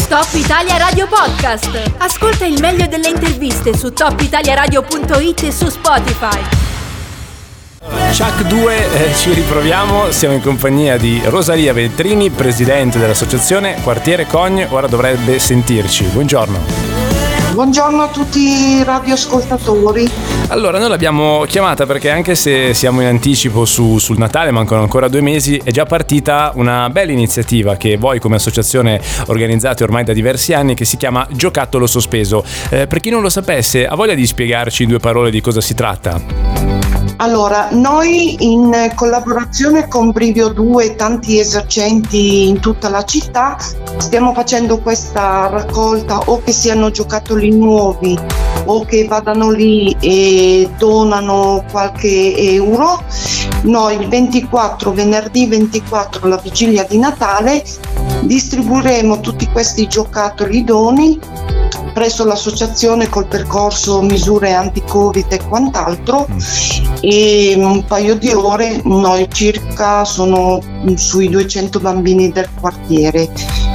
Top Italia Radio Podcast. Ascolta il meglio delle interviste su topitaliaradio.it e su Spotify. Chuck 2, ci riproviamo, siamo in compagnia di Rosalia Veltrini, presidente dell'associazione Quartiere Cogn, ora dovrebbe sentirci. Buongiorno. Buongiorno a tutti i radioascoltatori. Allora, noi l'abbiamo chiamata perché anche se siamo in anticipo sul Natale, mancano ancora 2 mesi, è già partita una bella iniziativa che voi come associazione organizzate ormai da diversi anni, che si chiama Giocattolo Sospeso. Per chi non lo sapesse, ha voglia di spiegarci in 2 parole di cosa si tratta? Allora, noi in collaborazione con Brivio 2 e tanti esercenti in tutta la città stiamo facendo questa raccolta, o che siano giocattoli nuovi o che vadano lì e donano qualche euro. Noi il venerdì 24, la vigilia di Natale, distribuiremo tutti questi giocattoli doni presso l'associazione col percorso misure anti-Covid e quant'altro, e un paio di ore noi circa sono sui 200 bambini del quartiere.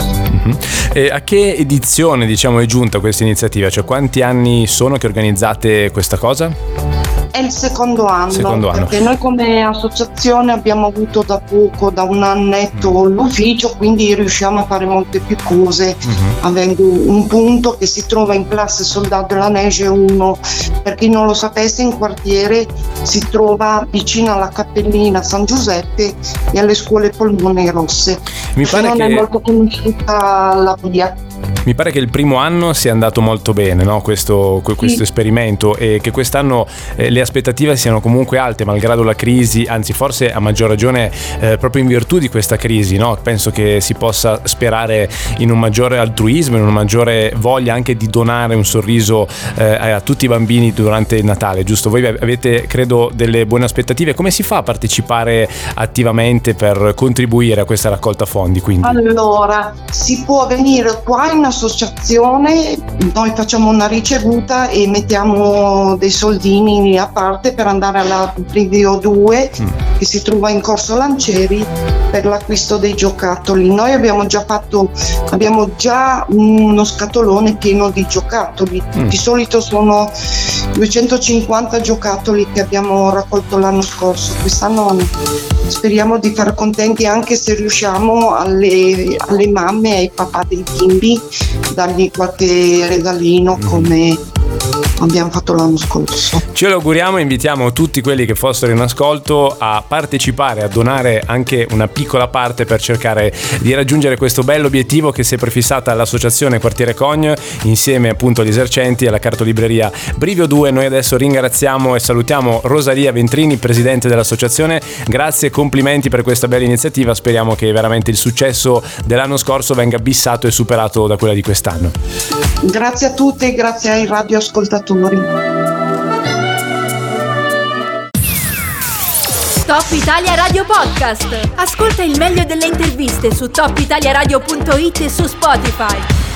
E a che edizione è giunta questa iniziativa? Cioè, quanti anni sono che organizzate questa cosa? È il secondo anno, perché noi come associazione abbiamo avuto da poco, da un annetto, l'ufficio, quindi riusciamo a fare molte più cose, avendo un punto che si trova in Place Soldato della Neige 1. Per chi non lo sapesse, in quartiere si trova vicino alla cappellina San Giuseppe e alle scuole Polmone Rosse. Non è molto conosciuta la via. Mi pare che il primo anno sia andato molto bene, no? Questo esperimento, e che quest'anno le aspettative siano comunque alte malgrado la crisi, anzi forse a maggior ragione proprio in virtù di questa crisi, no? Penso che si possa sperare in un maggiore altruismo, in una maggiore voglia anche di donare un sorriso a tutti i bambini durante il Natale, giusto? Voi avete, credo, delle buone aspettative. Come si fa a partecipare attivamente per contribuire a questa raccolta fondi, quindi? Allora, si può venire qua in associazione, noi facciamo una ricevuta e mettiamo dei soldini a parte per andare alla Brivio 2 che si trova in Corso Lancieri per l'acquisto dei giocattoli. Noi abbiamo già uno scatolone pieno di giocattoli. Di solito sono 250 giocattoli che abbiamo raccolto l'anno scorso. Quest'anno speriamo di far contenti, anche se riusciamo alle mamme e ai papà dei bimbi dargli qualche regalino come abbiamo fatto l'anno scorso. Ce lo auguriamo e invitiamo tutti quelli che fossero in ascolto a partecipare, a donare anche una piccola parte per cercare di raggiungere questo bello obiettivo che si è prefissata l'associazione Quartiere Cogn insieme appunto agli esercenti e alla cartolibreria Brivio 2. Noi adesso ringraziamo e salutiamo Rosalia Veltrini, presidente dell'associazione. Grazie e complimenti per questa bella iniziativa, speriamo che veramente il successo dell'anno scorso venga bissato e superato da quella di quest'anno. Grazie a tutti e grazie ai radioascoltatori. Top Italia Radio Podcast. Ascolta il meglio delle interviste su topitaliaradio.it e su Spotify.